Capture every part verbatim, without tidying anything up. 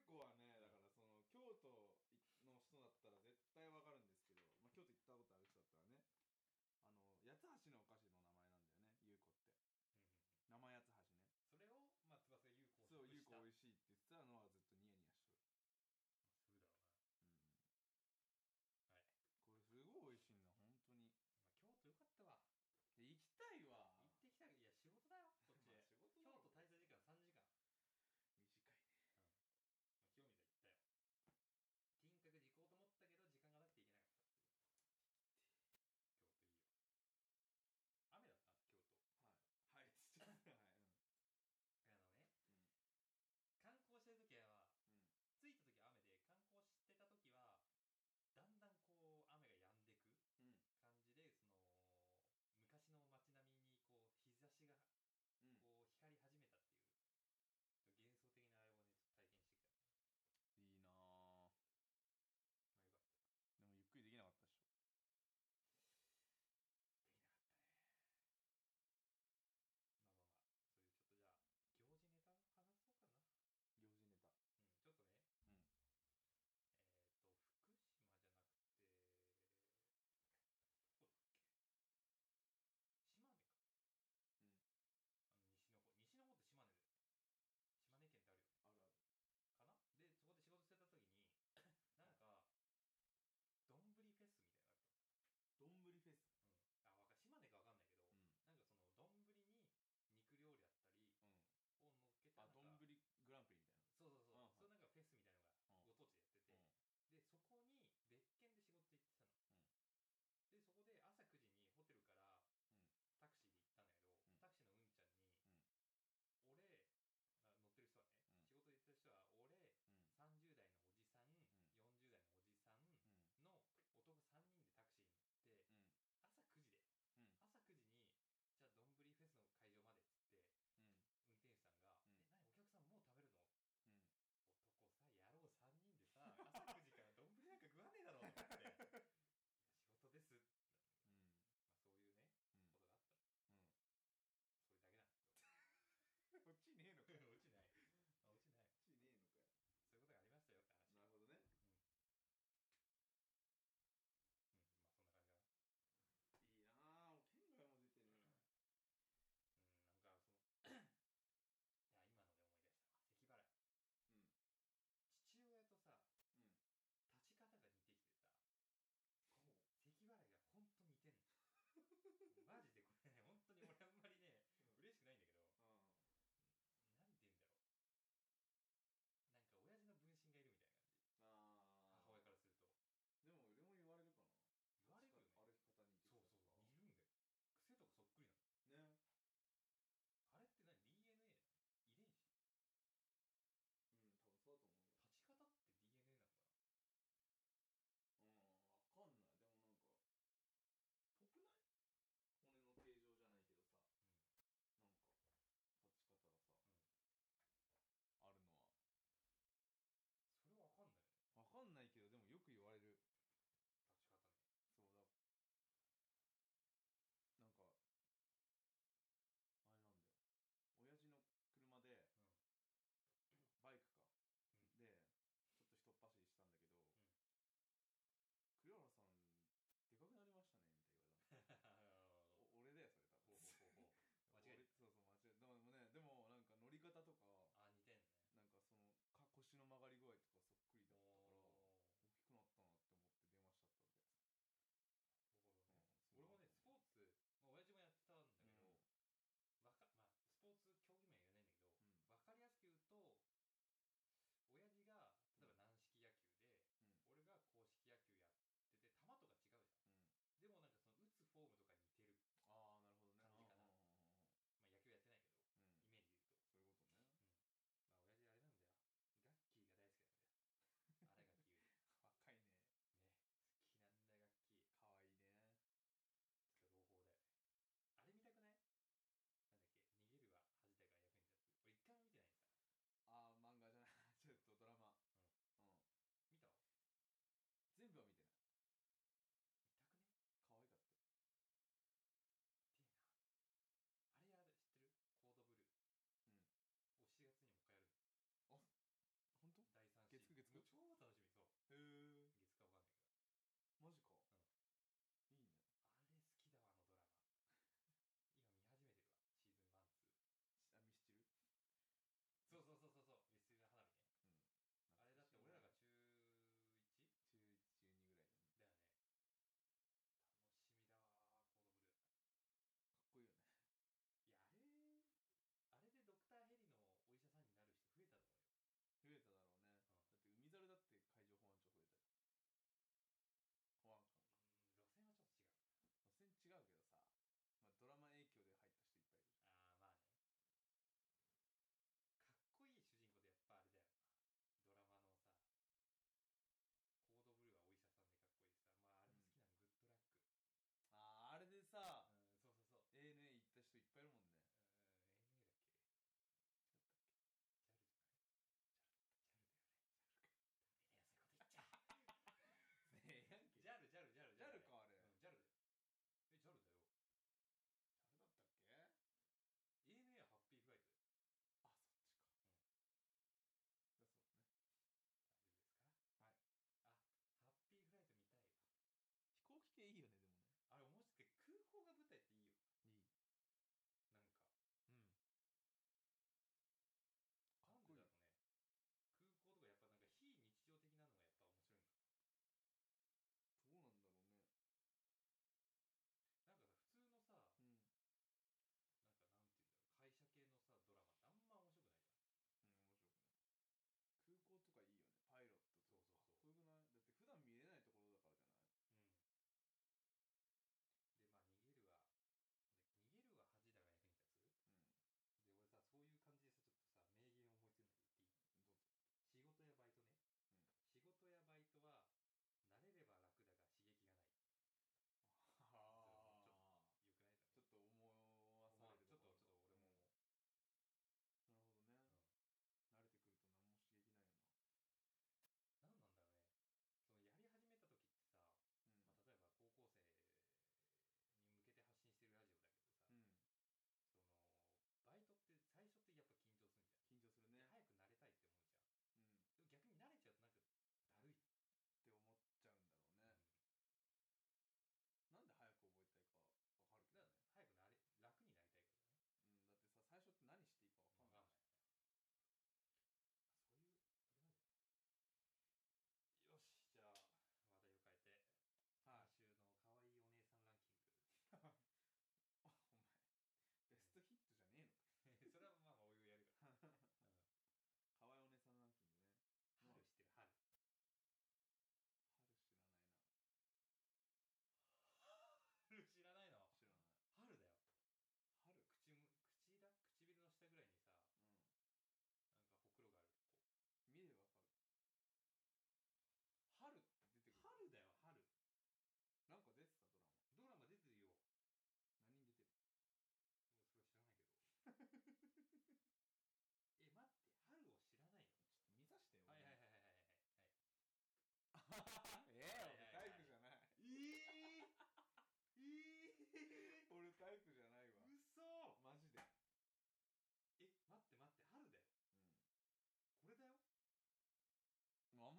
構はね、だからその京都の人だったら絶対わかるんですけど、まあ、京都行ったことある人だったらね、あの八つ橋のお菓子の名前なんだよね、ゆうこって。 うんうんうん、 生八つ橋ね。 それを、まあ、翼が優子をそう、ゆう食した。 こ美味しいって言ってたのはずっとニヤニヤしとる。 まあ、するだろうな。 うん。 はい。 これすごい美味しいんだ、本当に。 まあ、京都よかったわ。 行きたいわ。 行ってきた。いや、仕事だよ、こっち。 まあ仕事だ京ろ都滞在時間さんじかん。 短いね。 うん。まあ、清水は行ったよ。金閣寺行こうと思ったけど、時間がなくて行けなかったっていう。京都いいよ。雨だった京都。 はいはいつっちゃったはい、 あのね、 うん、 観光してる時は、 うん、 着いた時は雨で、観光してた時はだんだんこう雨が止んでくうん、 感じで、その昔の街並みにこう日差しがうん、 こう光り始めたっていう、幻想的なあれをねちょっと体験してきたんでね。 いいなぁ。 まあよかったよ。 でもゆっくりできなかったでしょ。 できなかったね。まあまあまあ、そういうちょっとじゃあ行事ネタを話そうかな。 行事ネタ。 うん、ちょっとね、 うん、 えっ、ー、と福島じゃなくてどこだっけ、島根か。 うん、 あの西の方、西の方って島根だよね。島根県ってあるよね。 あるある。 かな。でそこで仕事してた時になんかどんぶりフェスみたいなのがあったのさ。 どんぶりフェス。 うん、あ、わか島根かわかんないけど、 うん、 なんかそのどんぶりに肉料理だったりうん。 を乗っけたあ、 なんか、 どんぶりグランプリみたいな。 そうそうそう、 うん、 そうなんかフェスみたいなのがうん、 ご当地でやってうん、 て、でそこに別件で仕事で行ってたの。 うん、 でそこで朝くじにホテルからうん、 タクシーで行ったんだけど、 うん、 タクシーのうんちゃんに、 うん、 俺、あ乗ってる人はね、 うん、 仕事で行ってる人は俺、 うん、 さんじゅう代のおじさん、 んよんじゅう代のおじさんうん、 の男さんにんでタクシーに乗ってうん、 朝くじで、 うん、 朝くじにじゃあどんぶりフェスの会場までっつって、 うん、 運転手さんが「 うん、 え、何お客さんもう食べるの?」 うん、 男さ、野郎さんにんでさ朝くじからどんぶりなんか食わねえだろうと思っていや仕事ですってなったんだけど、 うん、 まあそういうねうん、 ことがあったの。 うん。 それだけなんですけど落ちねえのかよ。 落ちない、あ落ちない、 落ちねえのかよ。 そういうことがありましたよって話。 なるほどね。 うんうん、まあそんな感じかな。 いいなぁ、県外も出てね。 うん、なんかそのいや今ので思い出したわ、咳払い。 うん、 父親とさうん。 立ち方が似てきてさ、 こ咳払いがほんと似てんのマジでこれね、本当に俺あんまりね、 う。 嬉しくないんだけど、 うん。 なんて言うんだろう、なんか親父の分身がいるみたいな感じ、 あ母親からすると。 ー。でも俺も言われるかな。 言われるよね。 歩き方似てきそうそうたとか。 そう、似るんだよ。癖とかそっくりなの。 ね。 あれって何？ ディーエヌエー なの？遺伝子？ うん、多分そうだと思うよ。 立ち方って ディーエヌエー なのかな？ うん、わかんない。でもなんか、ぽくない？骨の形状じゃないけどさ、 うん。 なんか、立ち方がさ、 うん。 あるのは。 それはわかんないよね。 わかんないけど、でもよく言われる。 立ち方ね。 そうだ。なんか、あれなんだよ。親父の車で、 うん。 バイクか。 うん。 で、ちょっと一っ走りしたんだけど、 うん。 栗原さん、でかくなりましたね、みたいに言われたの。お俺だよ、それ多分。 ほうほうほうほう。間違えてた。 俺そうそう、間違えでもね、でもなんか乗り方とか、 あ、似てんね。 なんかそのか腰の曲がり具合とかそっくりだったからお大きくなったなって思って電話しちゃったんだよ。 ー、なるほどね。 うん、す俺もね、 まんとスポーツ、まあ、親父もやってたんだけ思ど、わか、まあ、スポーツ競技名は言わないんだけど、 う。うんわかりやすく言うと、親父が例えば軟式野球で、 うんうん俺が硬式野球やってて球とか違うじゃん。 うん。 でもなんかその打つフォームとか似てるああ、なるほどね。 感じかな。 うんうんまあ野球やってないけど、 うんうん。うん、 イメージで言うと。 そういうことね。 うん。まあ親父あれなんだよ。ガッキーが大好きなんだよ。荒垣結若いね。 衣。ね。好きなんだよ、ガッキー。 かわいいね。 つか同胞だよね。あれ見たくない？なんだっけ、逃げるは恥だが役に立つ。俺一回も見てないんさ。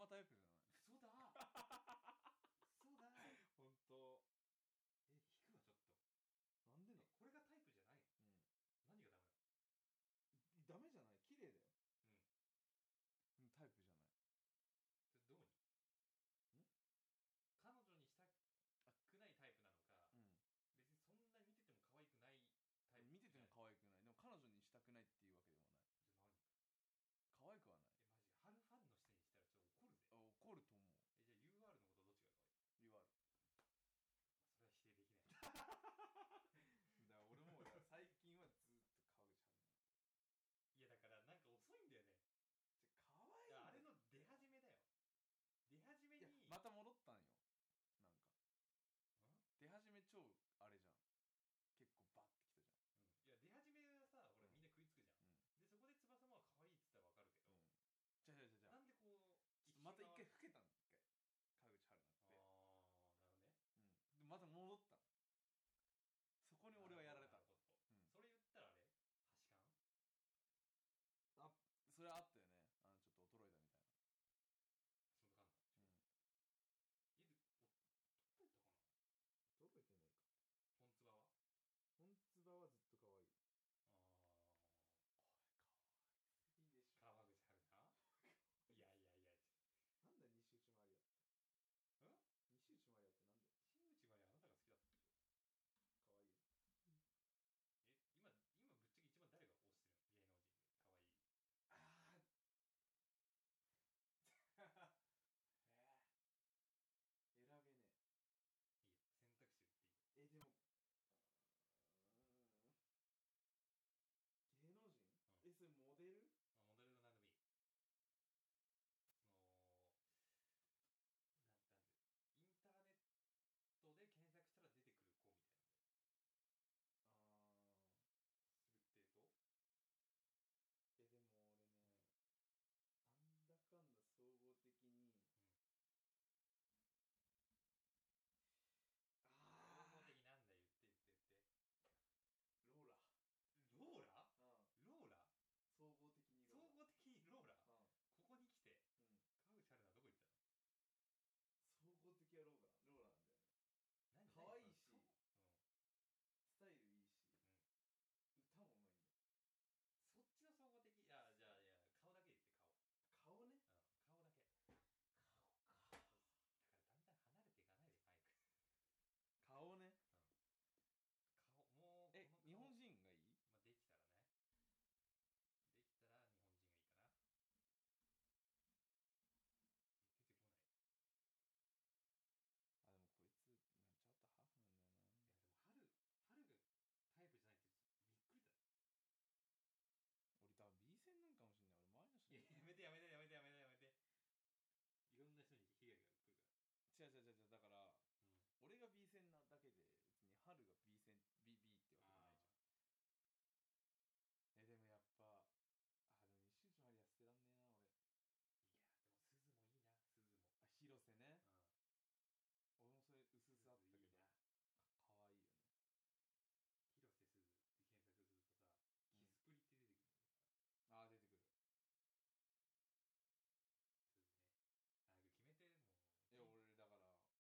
タイプじゃない？ 嘘だ嘘だほんと。 え、引くわちょっと。 なんでなの？ これがタイプじゃないの？ うん。 何がダメなダメじゃない？綺麗だよ。 の？うん。 うん、タイプじゃない。 それどうに？ ん？ 彼女にしたくないタイプなのか、 うん。 別にそんな見てても可愛くないタイプ。 見てても可愛くない。でも彼女にしたくないっていうわけでもない。 じゃあ何？ 可愛くはない。 え、マジ春ファンの人にしたらちょっと怒るぜ。 あ、怒ると思う。 え、じゃあ ユーアール のことどっちが可愛い？ 言われる。 まあ、それは否定できない。 だから俺も最近はずっと川口春奈。 いやだからなんか遅いんだよね。 じゃ可愛い。 あれの出始めだよ。出始めに。 また戻ったんよ。なんか。 ん？ 出始め超あれじゃん。結構バッてきたじゃん。 うん、いや出始めはさ、ほら、 うん、 みんな食いつくじゃん。うん、でそこで翼も可愛いっつったらわかるけど。うん、 じゃじゃじゃじゃ。 なんでこう。 ちょっとまた一回老けたん一回。川口春奈って。 ああ、なるほどね。 うん。でまた戻ったの。そこに俺はやられた。 なるほど。うん、それ言ったらあれ橋勘？ あ、それあったよね。あのちょっと衰えたみたいな。 橋本環奈でしょ。うん。え、で、衰えたかな？ 衰えてないか。 本つばは？ 本つばはずっと可愛い。あああ。 これ可愛いでしょ。 川口春奈いやいやいや。 なんだ西内まりやって。ん？西内まりやってなんだよ。 西内まりあなたが好きだったでしょ。 可愛いよね。 え、今、今ぶっちゃけ一番誰が推してるの？芸能人で可愛い。 ああえー、選べねえ。いいよ、選択肢言っていいよ。 え。え、でも芸能人、うん、え、それモデル？ あ、モデルの何でもいい。のなんなんでインターネットで検索したら出てくる子みたいなんだよ。 あするってと。 え、でも俺ね、うん、なんだかんだ総合的に、うん、 あ総合的なんだ言って言って言って。 ローラ。 ローラ？ うん。 ローラ？ 総合的にローラ。 総合的にローラ？うん。ここに来て、 うん。 川口春奈どこ行ったの？ 総合的はローラ。ローラなんだよね。 何？ 可愛いし、うん、スタイルいいし、うん、歌もうまいんだよ。 そっちの総合的？いや、じゃあ、いや、顔だけ言って。顔顔ね。 うん、顔だけ。顔か。だからだんだん離れていかないでマイク。 顔ね。うん。 顔、もうえ、日本人がいい？ まあ、できたらね。できたら日本人がいいかな。え、出てこない。 あ、でもこいつちょっとハーフなんだよな。 いやでも春春がタイプじゃないってびっくりだ。 俺多分 B 線なんかもしんない。俺周りの人に。いややめてやめてやめてやめてやめて。いろんな人に被害が来るから。 違う違う違う。だから、うん、俺が B 線なだけで別に春が B 線 B, B ってわけじゃないじゃん。え、でもやっぱあ、でも西内まりや捨てらんねえな俺。 いやでも鈴もいいな。鈴も。 あ、広瀬ね。うん。俺もそれ薄々あったけどいいな。か, かわいいよね。 広瀬すずって検索するとさ、キスプリって出てくるんだけどさ、 うん、ああ出てくる。 すずね。あ、決めてもう。 いや俺だからん、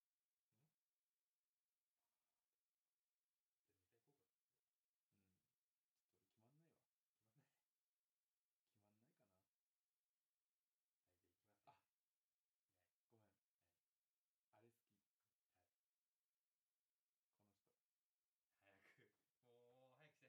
じゃあネタ行こうかそろそろ。 うん。ちょっと俺決まんないわ。 決まんない。 決まんないかな。 はい、じゃあ行きますよ。あ、 はい、ごめん。はい。あれ好き。はい。この人。 早く、もう早くして。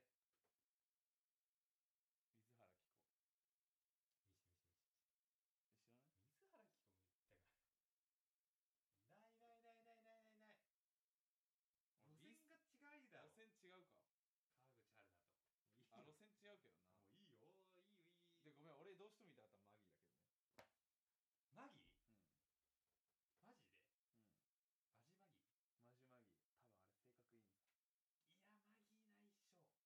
水原希子。 見して見して見して見して。 知らない？ 水原希子見たからないないないないないないない。路線が違いだろ。 路線違うか。 川口春奈と。 いいあ、路線違うけどな。 もういいよいいよいいよ。 でごめん、俺どうしても見たかったマギーだけどね。 マギー？うん。マジで？うん。マジマギー？ マジマギー。多分あれ性格いいんす。 いやマギーないっしょ。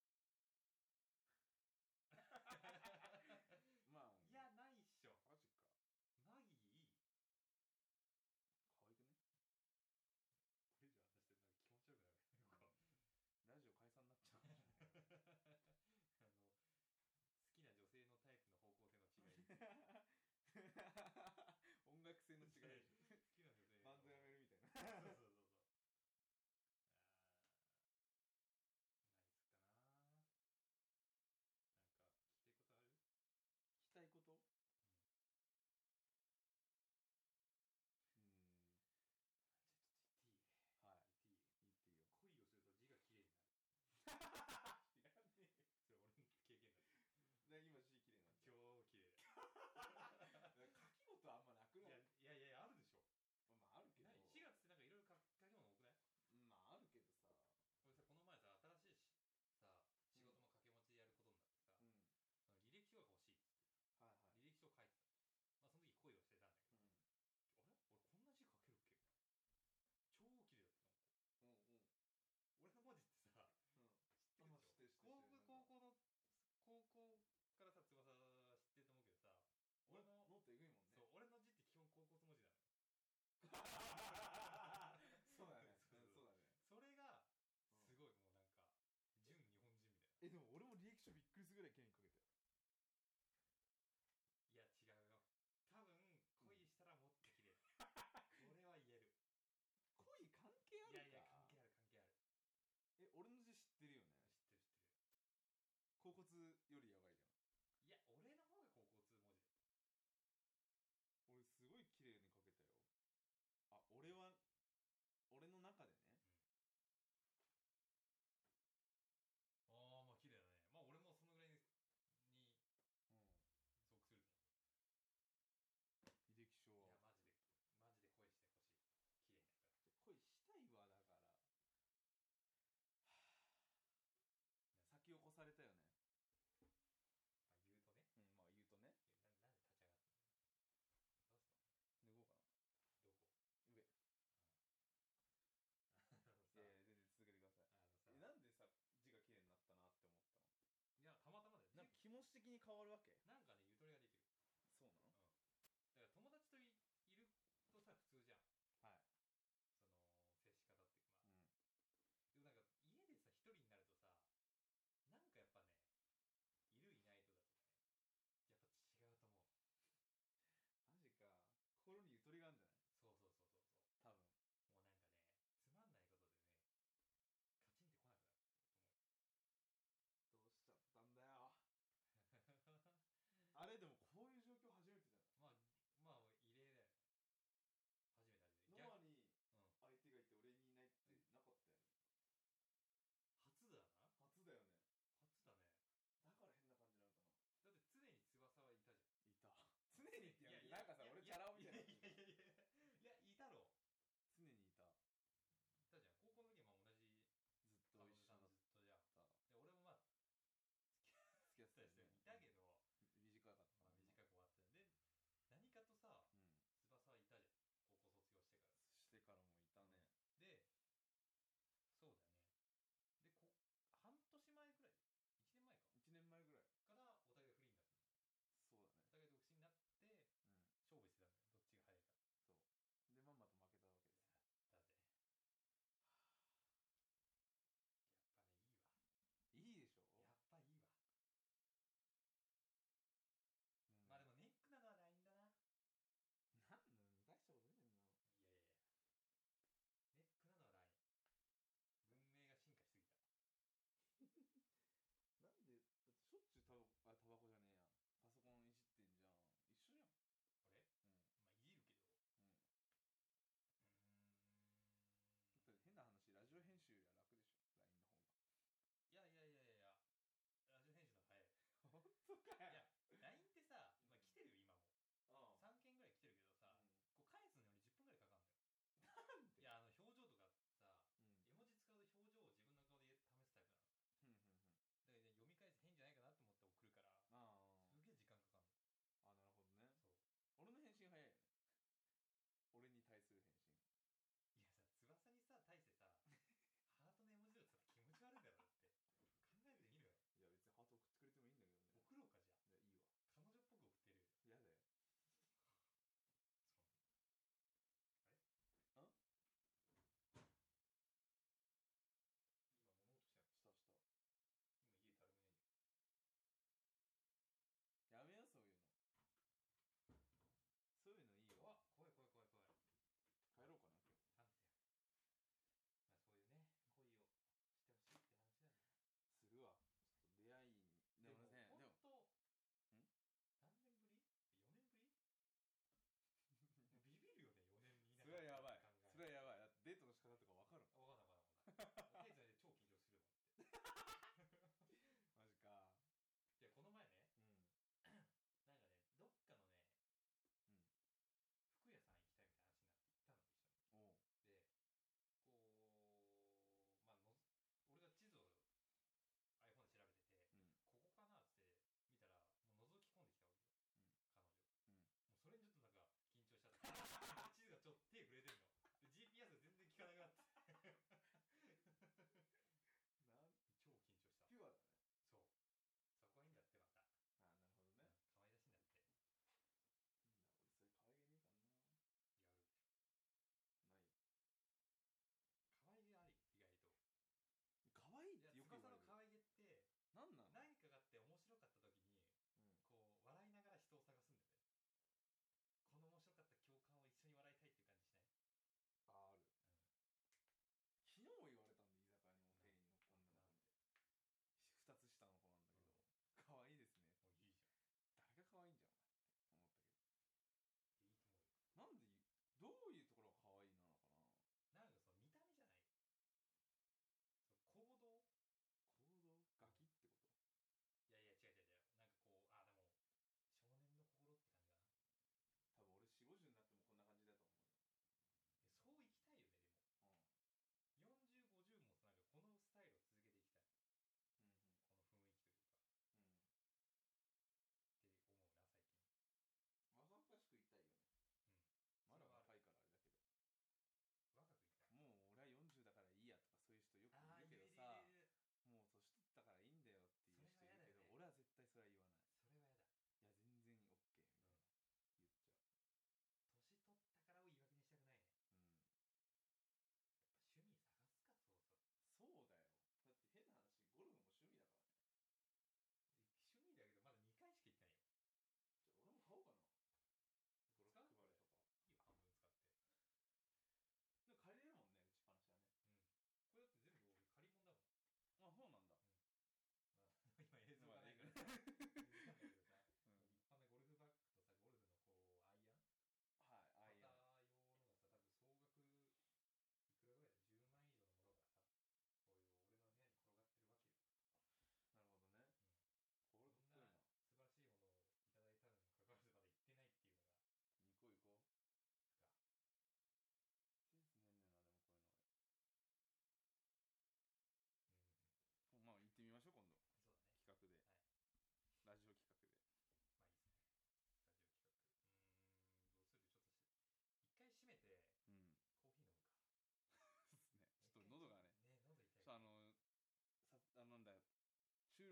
まあいやないっしょ。 マジか。 マギーいい。 可愛くね？ これ以上話してなんか気持ちよくなる。 ラジオ解散になっちゃう。 あの好きな女性のタイプの方向性の違いに音楽とえぐいもんね。 そう、俺の字って基本甲骨文字なのよ。 そうだね。 そううんそうだね。 それがうんすごいもうなんか純日本人みたいな。 え、でも俺も履歴書びっくりするぐらい綺麗に書けたよ。 いや違うよ、多分恋したらもっと綺麗だ、これは言える。 恋関係あるか。 いやいや関係ある関係ある。 え、俺の字知ってるよね。 知ってる知ってる。 甲骨よりやばいじゃん。 いや俺の方が高校通文字だよ。 俺すごい綺麗に書けたよ。あ、俺は俺の中でね。 うん、ああまあ綺麗だね。まあ俺もそのぐらいにうん。 属すると思履歴書う。 はいやマジでマジで恋してほしい、綺麗な人だ。 じゃ恋したいわ。だから、はあ、先を越されたよね。 まあ言うとね。 うん、まあ言うとね。 いやななんで立ち上がったんだよ。どうしたの。 脱ごうかな。 どこ。 上。 あのさ、 いやいや全然続けてください。 あのさ、 え、なんでさ字が綺麗になったなって思ったの。 いやたまたまだよ。 なんか気持ち的に変わるわけ。 なんかねゆとりができる。 そうなの。 うん。だから友達と い, いるとさ普通じゃん。 はい。 その接し方っていうかまあ、 うん。 でもなんか家でさ一人になるとさ、なんかやっぱねいるいないとだとねやっぱ違うと思う。 マジか。心にゆとりがあるんじゃない。 そうそうそうそうそう。 多分。 もうなんかねつまんないことでねカチンってこなくなると思うよ。 どうしちゃったんだよ。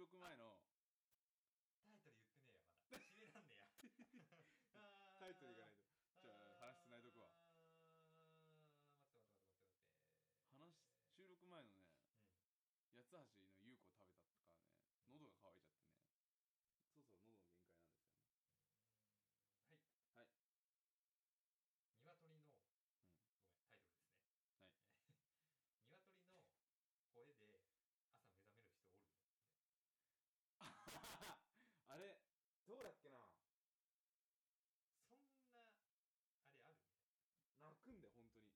録前のタイトル言ってねえやまだ締めなんねやタイトルいかないとじゃあ話つないどくわ。 あー待って待って待って待って待って話収録前のねうん八つ橋の優子を食べたからね喉が渇いちゃってね、そろそろ喉の限界なんですよね。 はいはい鶏の、 うん、 ごめんタイトルですね。 はい鶏の声で朝目覚める人おるのってやあれどうだっけな。 つそんなあれあるみ泣くんだよ本当に。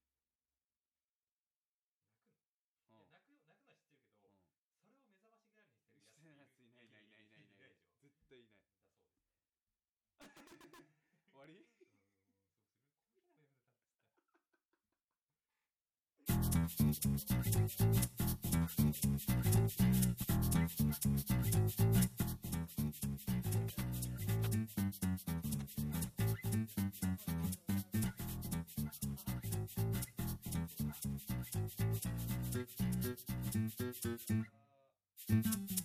たいな泣くの、 うん、 いや泣くよ泣くのは知ってるけど、 うん、 それを目覚まし代わりにしてるやつしてないやついないいないいないいないいないでしょ。 絶対いない。 だそうですね。 終わり。 うんそうするコーヒー飲めるのちゃんとしたあー